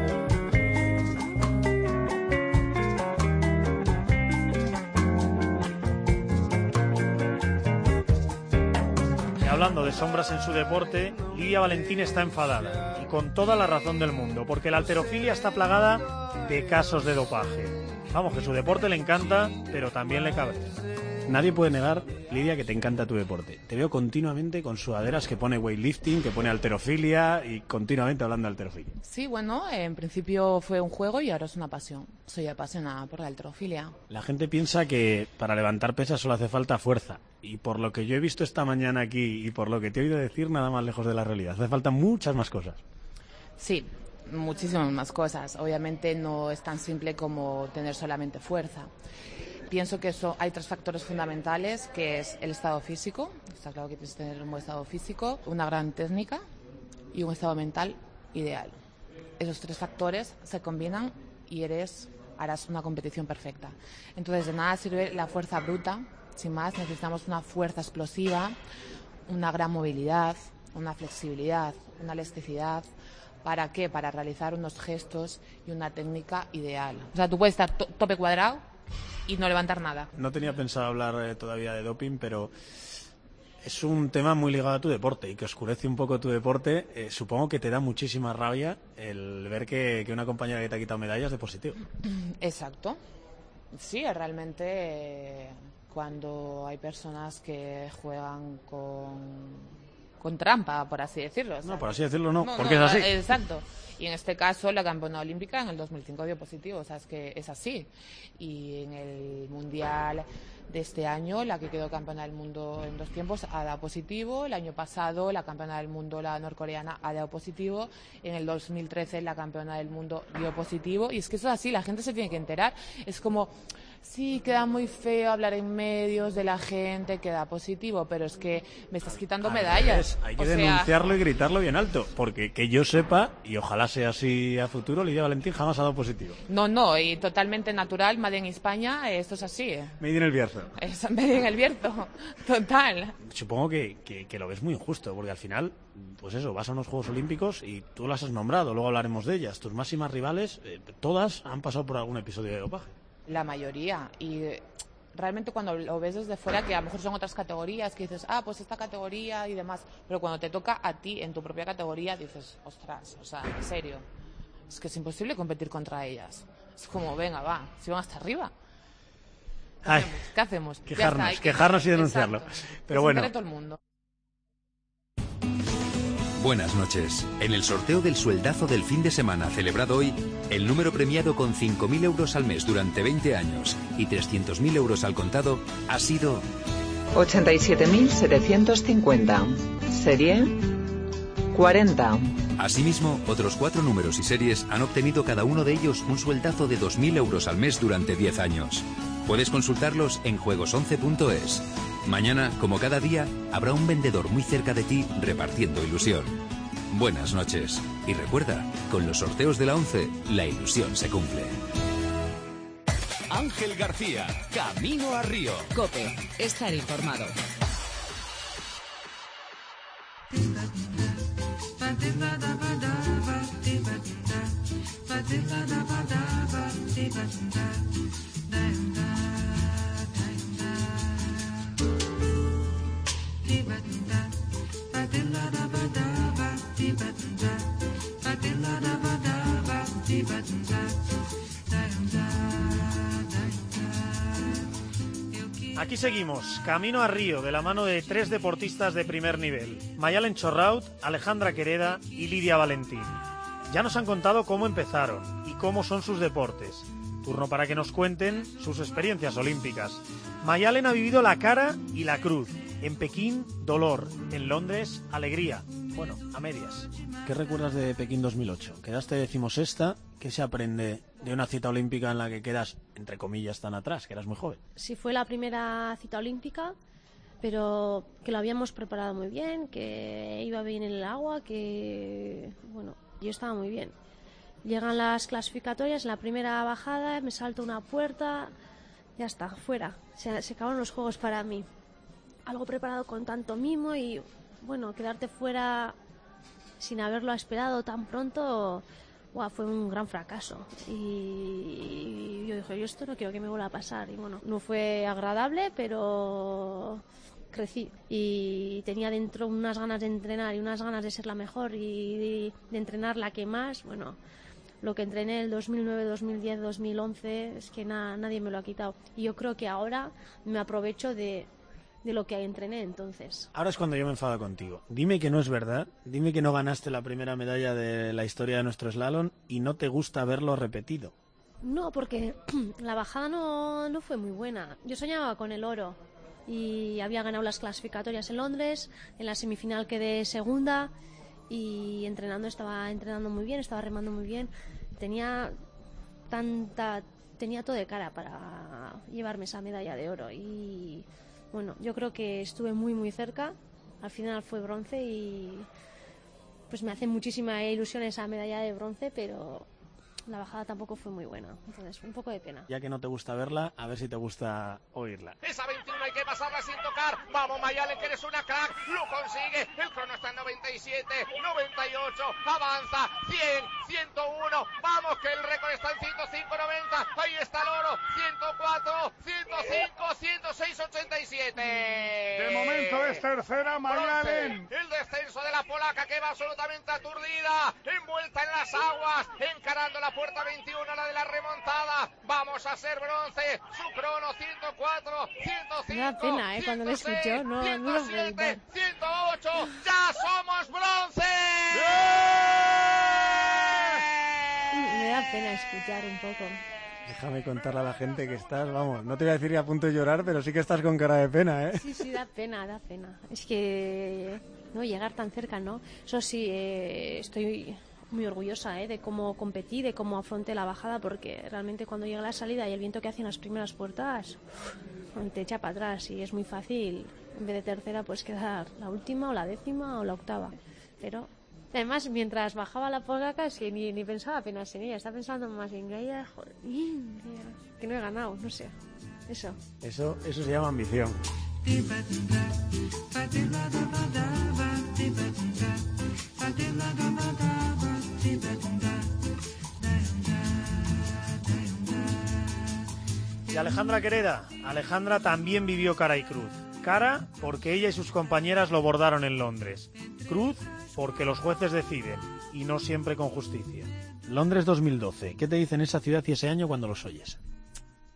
Hablando de sombras en su deporte, Lidia Valentín está enfadada, y con toda la razón del mundo, porque la halterofilia está plagada de casos de dopaje. Vamos, que su deporte le encanta, pero también le cabrea. Nadie puede negar, Lidia, que te encanta tu deporte. Te veo continuamente con sudaderas que pone weightlifting, que pone halterofilia y continuamente hablando de halterofilia. Sí, bueno, en principio fue un juego y ahora es una pasión. Soy apasionada por la halterofilia. La gente piensa que para levantar pesas solo hace falta fuerza. Y por lo que yo he visto esta mañana aquí y por lo que te he oído decir, nada más lejos de la realidad. Hace falta muchas más cosas. Sí, muchísimas más cosas. Obviamente no es tan simple como tener solamente fuerza. Pienso que eso, hay tres factores fundamentales, que es el estado físico. Está claro que tienes que tener un buen estado físico, una gran técnica y un estado mental ideal. Esos tres factores se combinan y eres, harás una competición perfecta. Entonces, de nada sirve la fuerza bruta. Sin más, necesitamos una fuerza explosiva, una gran movilidad, una flexibilidad, una elasticidad. ¿Para qué? Para realizar unos gestos y una técnica ideal. O sea, tú puedes estar to- tope cuadrado y no levantar nada. No tenía pensado hablar eh, todavía de doping, pero es un tema muy ligado a tu deporte y que oscurece un poco tu deporte. Eh, supongo que te da muchísima rabia el ver que, que una compañera que te ha quitado medallas de positivo. Exacto. Sí, realmente eh, cuando hay personas que juegan con... con trampa, por así decirlo. O sea, no, por así decirlo no, no porque no, es así. Exacto. Y en este caso, la campeona olímpica en el dos mil cinco dio positivo, o sea, es que es así. Y en el Mundial de este año, la que quedó campeona del mundo en dos tiempos ha dado positivo. El año pasado, la campeona del mundo, la norcoreana, ha dado positivo. En el dos mil trece, la campeona del mundo dio positivo. Y es que eso es así, la gente se tiene que enterar. Es como... Sí, queda muy feo hablar en medios de la gente que da positivo, pero es que me estás quitando Al medallas. revés, hay que O sea, denunciarlo y gritarlo bien alto, porque que yo sepa, y ojalá sea así a futuro, Lidia Valentín jamás ha dado positivo. No, no, y totalmente natural, Made in España, esto es así. Made in el Bierzo. Es Made in el Bierzo, total. Supongo que, que, que lo ves muy injusto, porque al final, pues eso, vas a unos Juegos Olímpicos y tú las has nombrado, luego hablaremos de ellas. Tus máximas rivales, eh, todas han pasado por algún episodio de dopaje. La mayoría, y realmente cuando lo ves desde fuera, que a lo mejor son otras categorías, que dices, ah, pues esta categoría y demás, pero cuando te toca a ti en tu propia categoría, dices, ostras, o sea, en serio, es que es imposible competir contra ellas. Es como, venga, va, si van hasta arriba. Ay, ¿Qué hacemos? Quejarnos, Ya está, hay que- quejarnos y denunciarlo. Exacto. Pero Que se bueno. entere todo el mundo. Buenas noches. En el sorteo del sueldazo del fin de semana celebrado hoy, el número premiado con cinco mil euros al mes durante veinte años y trescientos mil euros al contado ha sido ochenta y siete mil setecientos cincuenta. Serie cuarenta. Asimismo, otros cuatro números y series han obtenido cada uno de ellos un sueldazo de dos mil euros al mes durante diez años. Puedes consultarlos en juegos once punto es. Mañana, como cada día, habrá un vendedor muy cerca de ti repartiendo ilusión. Buenas noches. Y recuerda, con los sorteos de la once, la ilusión se cumple. Ángel García, Camino a Río. COPE, estar informado. Aquí seguimos, camino a Río, de la mano de tres deportistas de primer nivel. Mayalen Chorraut, Alejandra Quereda y Lidia Valentín. Ya nos han contado cómo empezaron y cómo son sus deportes. Turno para que nos cuenten sus experiencias olímpicas. Mayalen ha vivido la cara y la cruz. En Pekín, dolor. En Londres, alegría. Bueno, a medias. ¿Qué recuerdas de Pekín dos mil ocho? Quedaste decimosexta. ¿Qué se aprende de una cita olímpica en la que quedas, entre comillas, tan atrás, que eras muy joven? Sí, fue la primera cita olímpica, pero que lo habíamos preparado muy bien, que iba bien en el agua, que, bueno, yo estaba muy bien. Llegan las clasificatorias, en la primera bajada me salto una puerta, ya está, fuera. Se, se acabaron los juegos para mí. Algo preparado con tanto mimo y, bueno, quedarte fuera sin haberlo esperado tan pronto, wow, fue un gran fracaso. Y yo dije, yo esto no quiero que me vuelva a pasar. Y bueno, no fue agradable, pero crecí. Y tenía dentro unas ganas de entrenar y unas ganas de ser la mejor y de, de entrenar la que más, bueno... Lo que entrené el dos mil nueve, dos mil diez, dos mil once es que na, nadie me lo ha quitado. Y yo creo que ahora me aprovecho de, de lo que entrené entonces. Ahora es cuando yo me enfado contigo. Dime que no es verdad. Dime que no ganaste la primera medalla de la historia de nuestro slalom y no te gusta verlo repetido. No, porque la bajada no, no fue muy buena. Yo soñaba con el oro y había ganado las clasificatorias en Londres. En la semifinal quedé segunda. Y entrenando estaba entrenando muy bien, estaba remando muy bien. Tenía tanta tenía todo de cara para llevarme esa medalla de oro y bueno, yo creo que estuve muy muy cerca. Al final fue bronce y pues me hace muchísima ilusión esa medalla de bronce, pero la bajada tampoco fue muy buena, entonces un poco de pena. Ya que no te gusta verla, a ver si te gusta oírla. Esa veintiuno hay que pasarla sin tocar. Vamos, Mayalen, que eres una crack. Lo consigue. El crono está en noventa y siete, noventa y ocho. Avanza. cien, ciento uno. Vamos, que el récord está en ciento cinco, noventa. Ahí está el oro. ciento cuatro, ciento cinco, ciento seis, ochenta y siete. De momento es tercera, Mayalen. El descenso de la polaca que va absolutamente aturdida. Envuelta en las aguas. Encarando la puerta veintiuno, la de la remontada. Vamos a ser bronce. Su crono ciento cuatro, ciento cinco. Me da pena, ¿eh? Cuando lo escucho, no, no lo puedo evitar. ciento ocho, ya somos bronce. Me da pena escuchar un poco. Déjame contarle a la gente que estás, vamos, no te voy a decir que a punto de llorar, pero sí que estás con cara de pena, ¿eh? Sí, sí, da pena, da pena. Es que no llegar tan cerca, ¿no? Eso sí, eh, estoy muy orgullosa ¿eh? de cómo competí, de cómo afronté la bajada, porque realmente cuando llega la salida y el viento que hace en las primeras puertas te echa para atrás y es muy fácil, en vez de tercera, pues quedar la última o la décima o la octava. Pero además, mientras bajaba la polaca, es que ni, ni pensaba apenas en ella, estaba pensando más en ella, joder, que no he ganado, no sé, eso. Eso, eso se llama ambición. Y Alejandra Quereda. Alejandra también vivió cara y cruz. Cara porque ella y sus compañeras lo bordaron en Londres. Cruz porque los jueces deciden, y no siempre con justicia. Londres dos mil doce. ¿Qué te dicen esa ciudad y ese año cuando los oyes?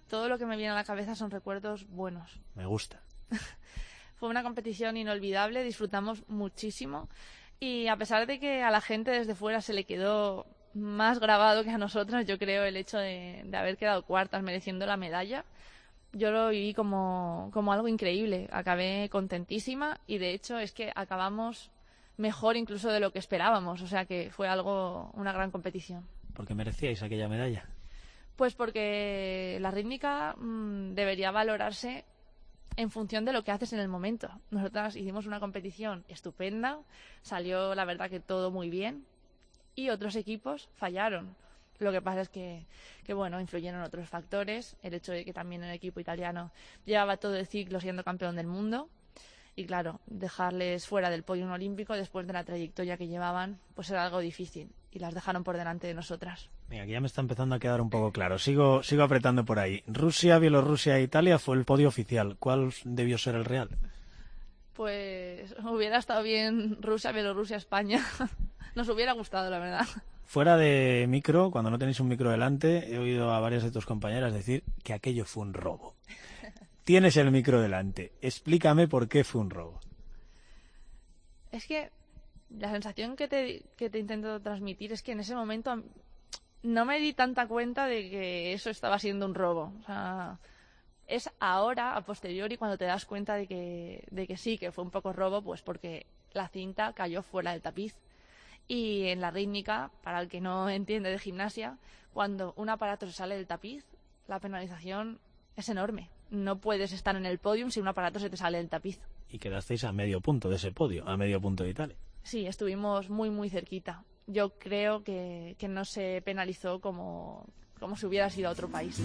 todo lo que me viene a la cabeza son recuerdos buenos. Me gusta. Fue una competición inolvidable, disfrutamos muchísimo y a pesar de que a la gente desde fuera se le quedó más grabado que a nosotras, yo creo, el hecho de, de haber quedado cuartas mereciendo la medalla, yo lo viví como, como algo increíble. Acabé contentísima y de hecho es que acabamos mejor incluso de lo que esperábamos, o sea que fue algo, una gran competición. ¿Por qué merecíais aquella medalla? Pues porque la rítmica mmm, debería valorarse en función de lo que haces en el momento. Nosotras hicimos una competición estupenda, salió la verdad que todo muy bien y otros equipos fallaron. Lo que pasa es que, que bueno, influyeron otros factores, el hecho de que también el equipo italiano llevaba todo el ciclo siendo campeón del mundo y claro, dejarles fuera del podio olímpico después de la trayectoria que llevaban, pues era algo difícil y las dejaron por delante de nosotras. Venga, aquí ya me está empezando a quedar un poco claro. Sigo, sigo apretando por ahí. Rusia, Bielorrusia e Italia fue el podio oficial. ¿Cuál debió ser el real? Pues hubiera estado bien Rusia, Bielorrusia, España. Nos hubiera gustado, la verdad. Fuera de micro, cuando no tenéis un micro delante, he oído a varias de tus compañeras decir que aquello fue un robo. Tienes el micro delante. Explícame por qué fue un robo. Es que la sensación que te, que te intento transmitir es que en ese momento no me di tanta cuenta de que eso estaba siendo un robo. O sea, es ahora, a posteriori, cuando te das cuenta de que, de que sí, que fue un poco robo, pues porque la cinta cayó fuera del tapiz. Y en la rítmica, para el que no entiende de gimnasia, cuando un aparato se sale del tapiz, la penalización es enorme. No puedes estar en el podium si un aparato se te sale del tapiz. Y quedasteis a medio punto de ese podio, a medio punto de Italia. Sí, estuvimos muy, muy cerquita. Yo creo que, que no se penalizó como, como si hubiera sido a otro país.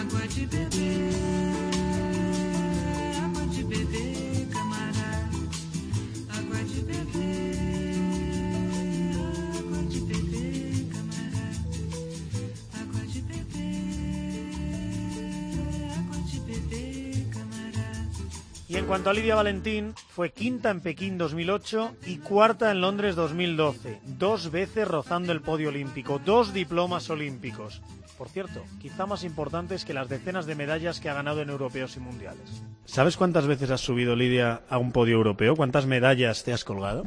Y en cuanto a Lidia Valentín, fue quinta en Pekín dos mil ocho y cuarta en Londres dos mil doce, dos veces rozando el podio olímpico, dos diplomas olímpicos. Por cierto, quizá más importantes que las decenas de medallas que ha ganado en europeos y mundiales. ¿Sabes cuántas veces has subido, Lidia, a un podio europeo? ¿Cuántas medallas te has colgado?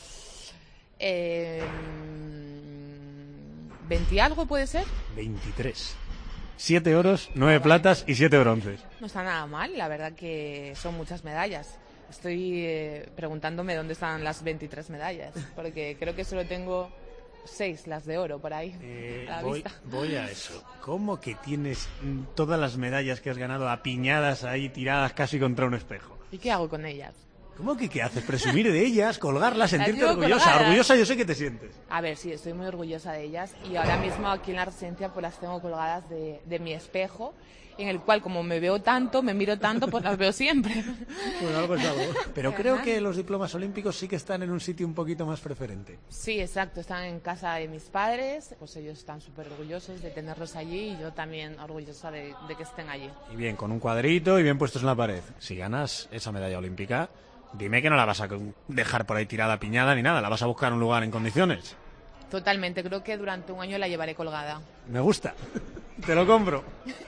Eh, ¿veinte y algo puede ser? veintitrés. Siete oros, nueve platas y siete bronces. No está nada mal, la verdad que son muchas medallas. Estoy eh, preguntándome dónde están las veintitrés medallas, porque creo que solo tengo seis, las de oro, por ahí, Eh, a la voy, vista. voy a eso. ¿Cómo que tienes mm, todas las medallas que has ganado apiñadas ahí, tiradas casi contra un espejo? ¿Y qué hago con ellas? ¿Cómo que qué haces? ¿Presumir de ellas? ¿Colgarlas? ¿Sentirte llevo orgullosa? colgadas. Orgullosa yo sé que te sientes. A ver, sí, estoy muy orgullosa de ellas y ahora mismo aquí en la residencia pues las tengo colgadas de, de mi espejo, en el cual como me veo tanto, me miro tanto, pues las veo siempre. Bueno, algo es algo. Pero creo que los diplomas olímpicos sí que están en un sitio un poquito más preferente. Sí, exacto, están en casa de mis padres, pues ellos están súper orgullosos de tenerlos allí y yo también orgullosa de, de que estén allí. Y bien, con un cuadrito y bien puestos en la pared. Si ganas esa medalla olímpica, dime que no la vas a dejar por ahí tirada, piñada ni nada. La vas a buscar un lugar en condiciones. Totalmente, creo que durante un año la llevaré colgada. Me gusta. Te lo compro.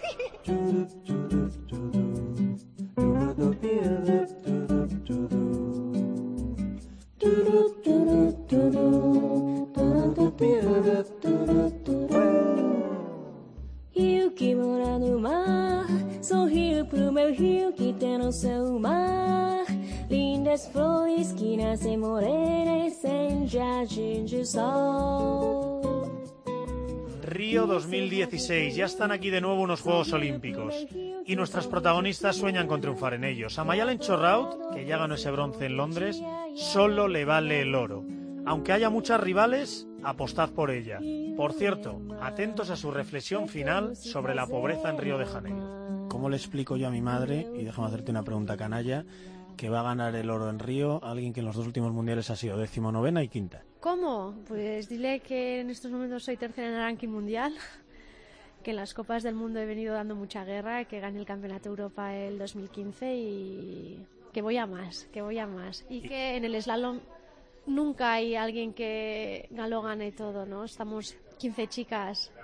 Rio que mora no mar, sorriu pro meu rio que tem no seu mar. Lindas flores que nascem morenas em jardim de sol. Río dos mil dieciséis, ya están aquí de nuevo unos Juegos Olímpicos y nuestras protagonistas sueñan con triunfar en ellos. A Mayalen Chorraut, que ya ganó ese bronce en Londres, solo le vale el oro. Aunque haya muchas rivales, apostad por ella. Por cierto, atentos a su reflexión final sobre la pobreza en Río de Janeiro. ¿Cómo le explico yo a mi madre, y déjame hacerte una pregunta canalla, que va a ganar el oro en Río alguien que en los dos últimos mundiales ha sido decimonovena y quinta? ¿Cómo? Pues dile que en estos momentos soy tercera en el ranking mundial, que en las Copas del Mundo he venido dando mucha guerra, que gané el Campeonato de Europa el dos mil quince y que voy a más, que voy a más. Y que en el slalom nunca hay alguien que lo gane todo, ¿no? Estamos quince chicas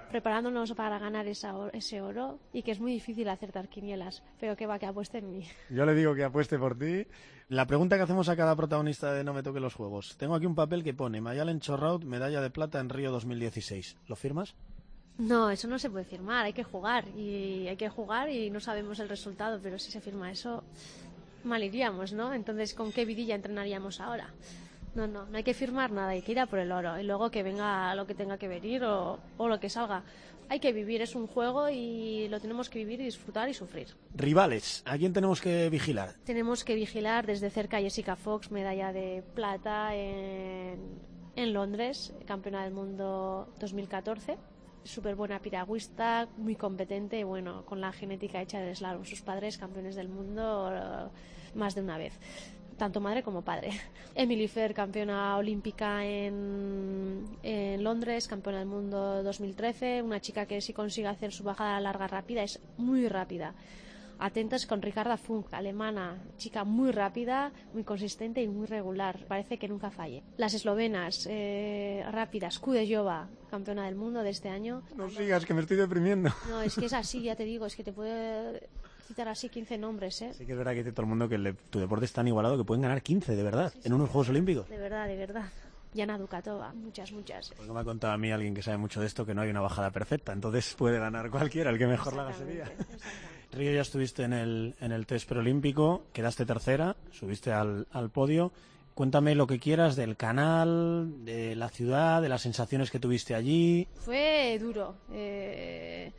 preparándonos para ganar esa, ese oro y que es muy difícil acertar quinielas, pero que va, que apueste en mí. Yo le digo que apueste por ti. La pregunta que hacemos a cada protagonista de No me toque los juegos. Tengo aquí un papel que pone Mayalen Chorraut, medalla de plata en Río dos mil dieciséis. ¿Lo firmas? No, eso no se puede firmar, hay que jugar y hay que jugar y no sabemos el resultado, pero si se firma eso, mal iríamos, ¿no? Entonces, ¿con qué vidilla entrenaríamos ahora? No, no, no hay que firmar nada, hay que ir a por el oro y luego que venga lo que tenga que venir o, o lo que salga. Hay que vivir, es un juego y lo tenemos que vivir y disfrutar y sufrir. Rivales, ¿a quién tenemos que vigilar? Tenemos que vigilar desde cerca a Jessica Fox, medalla de plata en, en Londres, campeona del mundo dos mil catorce. Súper buena piragüista, muy competente y bueno, con la genética hecha del slalom. Sus padres campeones del mundo uh, más de una vez, tanto madre como padre. Emily Fair, campeona olímpica en, en Londres, campeona del mundo dos mil trece, una chica que si consigue hacer su bajada larga rápida es muy rápida. Atentas con Ricarda Funk, alemana, chica muy rápida, muy consistente y muy regular, parece que nunca falle. Las eslovenas eh, rápidas, Kudejova, campeona del mundo de este año. No sigas, que me estoy deprimiendo. No, es que es así, ya te digo, es que te puedo citar así quince nombres, ¿eh? Sí que es verdad que dice todo el mundo que el de, tu deporte es tan igualado que pueden ganar quince, de verdad, sí, sí, en unos Juegos Olímpicos. De verdad, de verdad. Yana Dukatova, muchas, muchas. Porque me ha contado a mí alguien que sabe mucho de esto que no hay una bajada perfecta, entonces puede ganar cualquiera, el que mejor la haga ese día. Río, ya estuviste en el, en el test preolímpico, quedaste tercera, subiste al, al podio. Cuéntame lo que quieras del canal, de la ciudad, de las sensaciones que tuviste allí. Fue duro. Eh,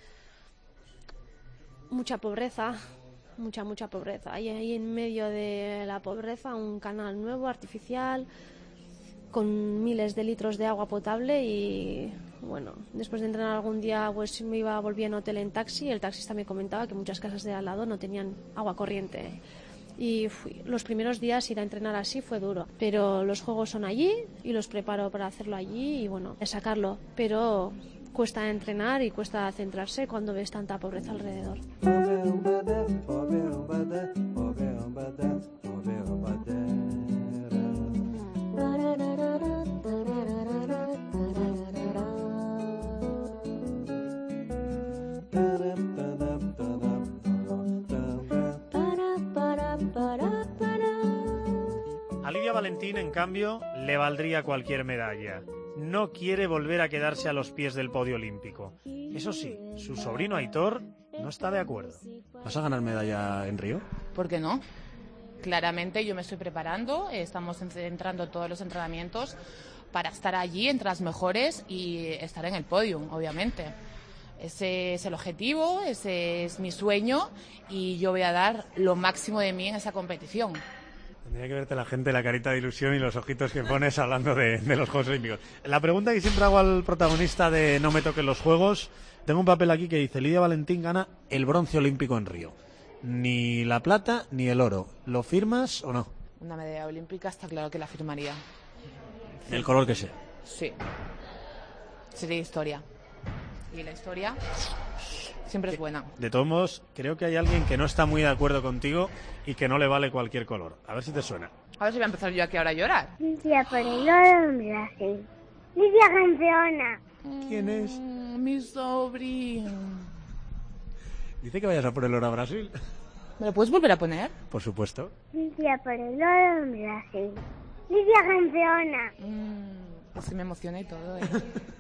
mucha pobreza, mucha, mucha pobreza. Hay ahí en medio de la pobreza un canal nuevo, artificial, con miles de litros de agua potable y bueno, después de entrenar algún día pues me iba, volví en hotel en taxi y el taxista me comentaba que muchas casas de al lado no tenían agua corriente y fui, los primeros días ir a entrenar así fue duro, pero los juegos son allí y los preparo para hacerlo allí y bueno, es sacarlo, pero cuesta entrenar y cuesta centrarse cuando ves tanta pobreza alrededor. A Lidia Valentín, en cambio, le valdría cualquier medalla. No quiere volver a quedarse a los pies del podio olímpico. Eso sí, su sobrino Aitor no está de acuerdo. ¿Vas a ganar medalla en Río? ¿Por qué no? Claramente yo me estoy preparando, estamos centrando todos los entrenamientos para estar allí entre las mejores y estar en el podio, obviamente. Ese es el objetivo, ese es mi sueño y yo voy a dar lo máximo de mí en esa competición. Tendría que verte la gente, la carita de ilusión y los ojitos que pones hablando de, de los Juegos Olímpicos. La pregunta que siempre hago al protagonista de No me toquen los Juegos, tengo un papel aquí que dice Lidia Valentín gana el bronce olímpico en Río. Ni la plata ni el oro. ¿Lo firmas o no? Una medalla olímpica está claro que la firmaría. El color que sea. Sí. Sería historia. Y la historia siempre es buena. De todos modos, creo que hay alguien que no está muy de acuerdo contigo y que no le vale cualquier color. A ver si te suena. A ver si voy a empezar yo aquí ahora a llorar. Lidia por el oro en Brasil. Lidia campeona. ¿Quién es? Mm, mi sobrino. Dice que vayas a por el oro a Brasil. ¿Me lo puedes volver a poner? Por supuesto. Lidia por el oro en Brasil. Lidia campeona. Mm, pues sí me emocioné y todo, ¿eh?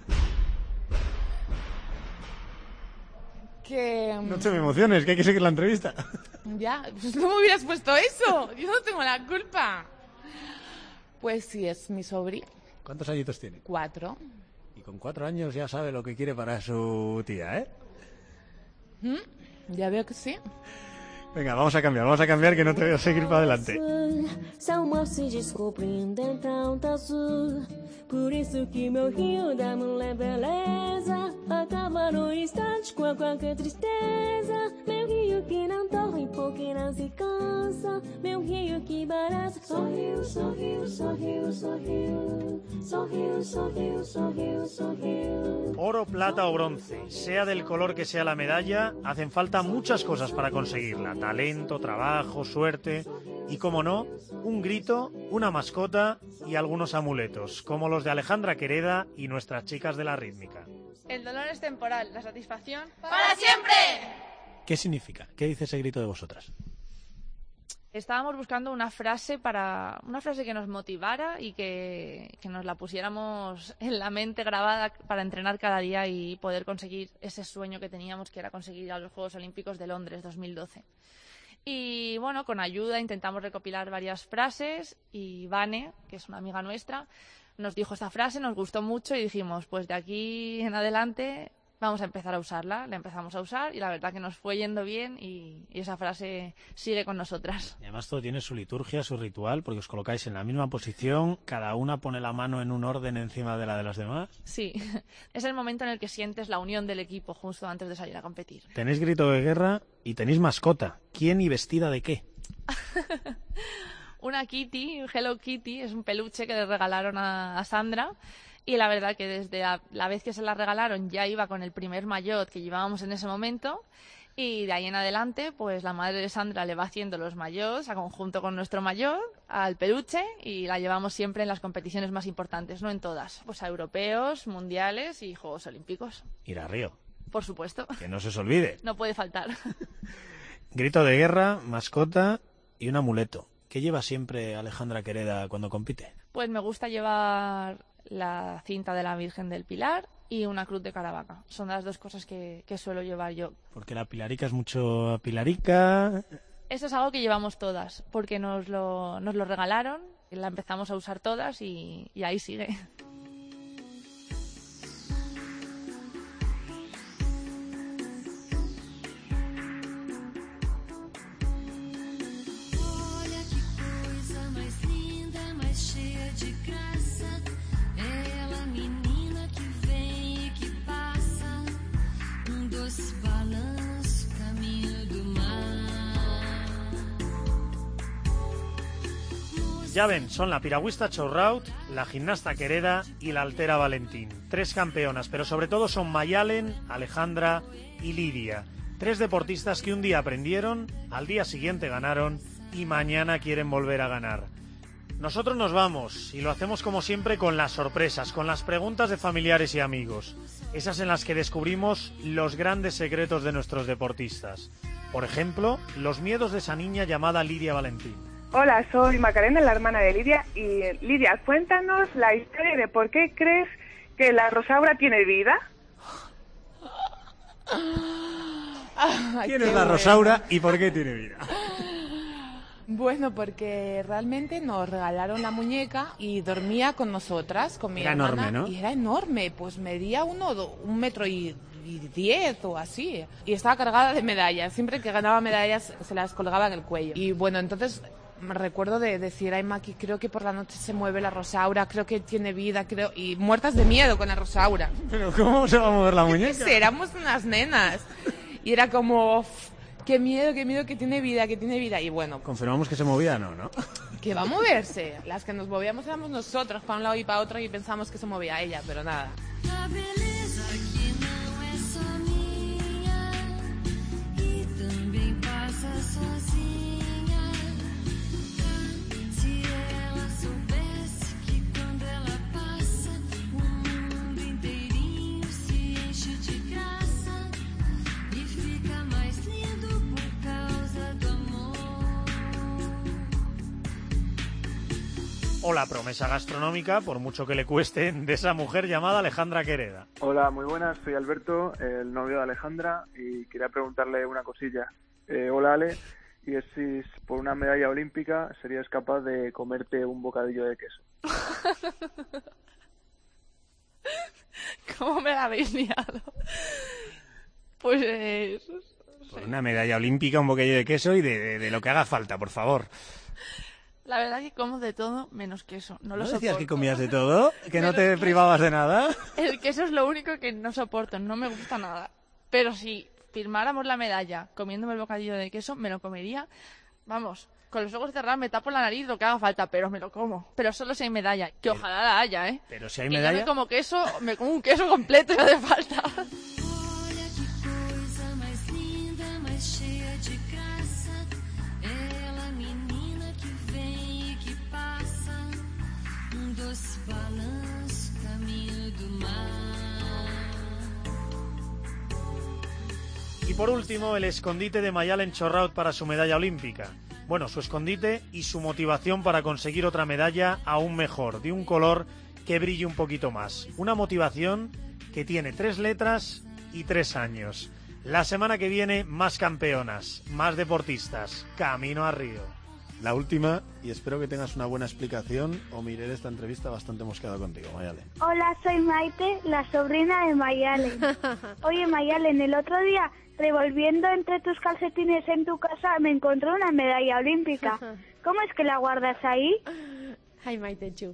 Que... No te me emociones, que hay que seguir la entrevista. Ya, pues no me hubieras puesto eso. Yo no tengo la culpa. Pues sí, es mi sobrino. ¿Cuántos añitos tiene? Cuatro. Y con cuatro años ya sabe lo que quiere para su tía, ¿eh? ¿Mm? Ya veo que sí. Venga, vamos a cambiar, vamos a cambiar que no te voy a seguir para adelante. Salmo se descobrindo em tanto azul. Por isso que meu rio dá mulher beleza. Acaba no instante com qualquer tristeza. Meu rio que não torre porque não se cansa. Meu rio que barato. Sorriu, sorriu, sorriu, sorriu. Sorriu, sorriu, sorriu, sorriu. Oro, plata o bronce, sea del color que sea la medalla, hacen falta muchas cosas para conseguirla. Talento, trabajo, suerte y, como no, un grito, una mascota y algunos amuletos, como los de Alejandra Quereda y nuestras chicas de la rítmica. El dolor es temporal, la satisfacción ¡para siempre! ¿Qué significa? ¿Qué dice ese grito de vosotras? Estábamos buscando una frase para una frase que nos motivara y que, que nos la pusiéramos en la mente grabada para entrenar cada día y poder conseguir ese sueño que teníamos, que era conseguir ir a los Juegos Olímpicos de Londres dos mil doce. Y bueno, con ayuda intentamos recopilar varias frases y Vane, que es una amiga nuestra, nos dijo esta frase, nos gustó mucho y dijimos, pues de aquí en adelante vamos a empezar a usarla. La empezamos a usar y la verdad que nos fue yendo bien y, y esa frase sigue con nosotras. Y además todo tiene su liturgia, su ritual, porque os colocáis en la misma posición, cada una pone la mano en un orden encima de la de las demás. Sí, es el momento en el que sientes la unión del equipo justo antes de salir a competir. Tenéis grito de guerra y tenéis mascota. ¿Quién y vestida de qué? Una Kitty, Hello Kitty, es un peluche que le regalaron a, a Sandra. Y la verdad que desde la, la vez que se la regalaron ya iba con el primer maillot que llevábamos en ese momento y de ahí en adelante pues la madre de Sandra le va haciendo los maillots a conjunto con nuestro maillot al peluche y la llevamos siempre en las competiciones más importantes, no en todas, pues a europeos, mundiales y Juegos Olímpicos. Ir a Río. Por supuesto. Que no se os olvide. No puede faltar. Grito de guerra, mascota y un amuleto. ¿Qué lleva siempre Alejandra Quereda cuando compite? Pues me gusta llevar la cinta de la Virgen del Pilar y una cruz de Caravaca. Son las dos cosas que, que suelo llevar yo. Porque la pilarica es mucho pilarica. Eso es algo que llevamos todas, porque nos lo, nos lo regalaron, la empezamos a usar todas y, y ahí sigue. Ya ven, son la piragüista Chourraut, la gimnasta Quereda y la altera Valentín. Tres campeonas, pero sobre todo son Mayalen, Alejandra y Lidia. Tres deportistas que un día aprendieron, al día siguiente ganaron y mañana quieren volver a ganar. Nosotros nos vamos y lo hacemos como siempre con las sorpresas, con las preguntas de familiares y amigos. Esas en las que descubrimos los grandes secretos de nuestros deportistas. Por ejemplo, los miedos de esa niña llamada Lidia Valentín. Hola, soy Macarena, la hermana de Lidia. Y Lidia, cuéntanos la historia de por qué crees que la Rosaura tiene vida. ¿Quién es la Rosaura y por qué tiene vida? Bueno, porque realmente nos regalaron la muñeca y dormía con nosotras, con mi era hermana. Enorme, ¿no? Y era enorme, pues medía uno, do, un metro y, y diez o así. Y estaba cargada de medallas. Siempre que ganaba medallas se las colgaba en el cuello. Y bueno, entonces me recuerdo de decir, ay Maki, creo que por la noche se mueve la Rosaura, creo que tiene vida, creo... Y muertas de miedo con la Rosaura. ¿Pero cómo se va a mover la muñeca? Sí, éramos unas nenas. Y era como... Qué miedo, qué miedo que tiene vida, que tiene vida. Y bueno... Confirmamos que se movía, ¿no? ¿no? Que va a moverse. Las que nos movíamos éramos nosotros, para un lado y para otro, y pensamos que se movía ella, pero nada. O la promesa gastronómica, por mucho que le cueste, de esa mujer llamada Alejandra Quereda. Hola, muy buenas, soy Alberto, el novio de Alejandra, y quería preguntarle una cosilla. Eh, hola Ale, y es si por una medalla olímpica serías capaz de comerte un bocadillo de queso. ¿Cómo me la habéis liado? Pues... Eh, por una medalla olímpica, un bocadillo de queso y de, de, de lo que haga falta, por favor. La verdad que como de todo menos queso. No lo ¿No soporto. decías que comías de todo? ¿Que no te Menos privabas de nada? El queso es lo único que no soporto, no me gusta nada. Pero si firmáramos la medalla comiéndome el bocadillo de queso, me lo comería, vamos, con los ojos cerrados, me tapo la nariz, lo que haga falta, pero me lo como. Pero solo si hay medalla, que ojalá la haya, ¿eh? Pero si hay Y medalla... yo me como queso, me como un queso completo si hace falta. Y por último, el escondite de Mayalen Chorraut para su medalla olímpica. Bueno, su escondite y su motivación para conseguir otra medalla aún mejor, de un color que brille un poquito más. Una motivación que tiene tres letras y tres años. La semana que viene, más campeonas, más deportistas. Camino a Río. La última, y espero que tengas una buena explicación, o miré esta entrevista bastante mosqueada contigo, Mayalen. Hola, soy Maite, la sobrina de Mayalen. Oye, Mayalen, el otro día, revolviendo entre tus calcetines en tu casa, me encontré una medalla olímpica. ¿Cómo es que la guardas ahí? Ay, Maite Chu.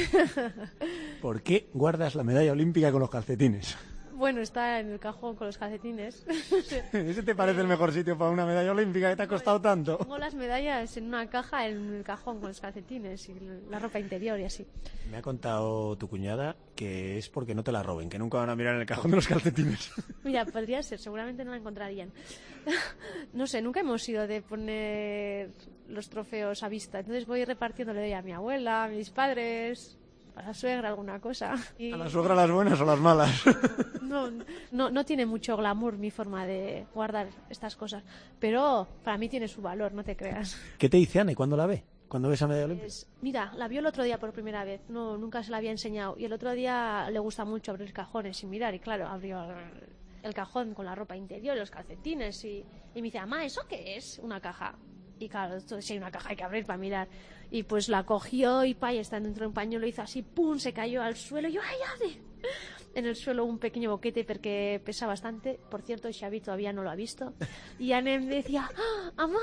¿Por qué guardas la medalla olímpica con los calcetines? Bueno, está en el cajón con los calcetines. ¿Ese te parece el mejor sitio para una medalla olímpica que te ha costado tanto? Pongo las medallas en una caja en el cajón con los calcetines y la ropa interior y así. Me ha contado tu cuñada que es porque no te la roben, que nunca van a mirar en el cajón de los calcetines. Mira, podría ser, seguramente no la encontrarían. No sé, nunca hemos ido de poner los trofeos a vista. Entonces voy repartiendo, le doy a mi abuela, a mis padres, a la suegra, alguna cosa. Y... ¿A la suegra las buenas o las malas? No, no, no tiene mucho glamour mi forma de guardar estas cosas, pero para mí tiene su valor, no te creas. ¿Qué te dice Anne cuando la ve? ¿Cuándo ves a medalla olímpica? Pues, mira, la vio el otro día por primera vez, no, nunca se la había enseñado, y el otro día le gusta mucho abrir cajones y mirar, y claro, abrió el cajón con la ropa interior, los calcetines, y, y me dice, mamá, ¿eso qué es? Una caja. Y claro, esto, si hay una caja hay que abrir para mirar. Y pues la cogió y pa, y estando dentro de un pañuelo hizo así, pum, se cayó al suelo, y yo, ¡ay, ave! En el suelo un pequeño boquete porque pesa bastante. Por cierto, Xavi todavía no lo ha visto. Y Anne me decía, ¡ah, amá!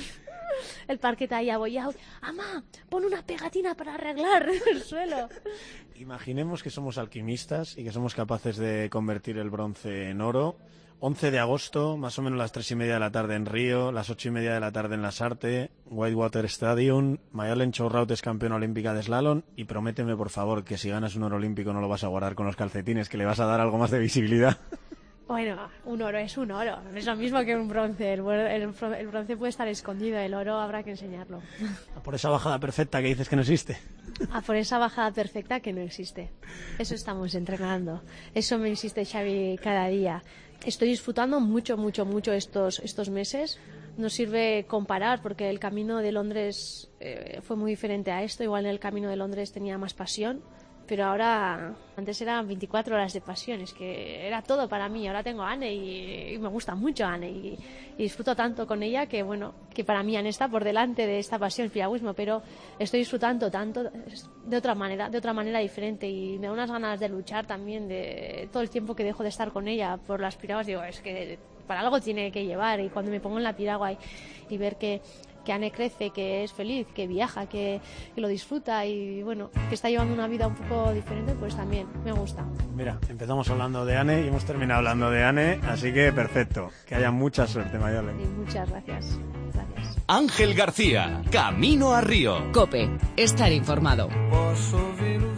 El parquet ahí abollado. ¡Amá, pon una pegatina para arreglar el suelo! Imaginemos que somos alquimistas y que somos capaces de convertir el bronce en oro. once de agosto, más o menos las tres y media de la tarde en Río, las ocho y media de la tarde en Lasarte, Whitewater Stadium. Mayalen Chorraut es campeona olímpica de slalom y prométeme, por favor, que si ganas un oro olímpico no lo vas a guardar con los calcetines, que le vas a dar algo más de visibilidad. Bueno, un oro es un oro, no es lo mismo que un bronce. El, el, el bronce puede estar escondido, el oro habrá que enseñarlo. Por esa bajada perfecta que dices que no existe. Ah, por esa bajada perfecta que no existe. Eso estamos entrenando. Eso me insiste Xavi cada día. Estoy disfrutando mucho, mucho, mucho estos, estos meses. No sirve comparar porque el camino de Londres eh, fue muy diferente a esto. Igual en el camino de Londres tenía más pasión, pero ahora, antes eran veinticuatro horas de pasión, es que era todo para mí. Ahora tengo a Anne y, y me gusta mucho Anne y, y disfruto tanto con ella que bueno, que para mí Anne está por delante de esta pasión, el piragüismo, pero estoy disfrutando tanto de otra manera, de otra manera diferente, y me da unas ganas de luchar también, de todo el tiempo que dejo de estar con ella por las piraguas. Digo, es que para algo tiene que llevar, y cuando me pongo en la piragua y, y ver que que Anne crece, que es feliz, que viaja, que, que lo disfruta y bueno, que está llevando una vida un poco diferente, pues también me gusta. Mira, empezamos hablando de Anne y hemos terminado hablando de Anne, así que perfecto. Que haya mucha suerte, Mayalen. Sí, muchas gracias. Gracias. Ángel García, Camino a Río. COPE, estar informado. Posso ouvir o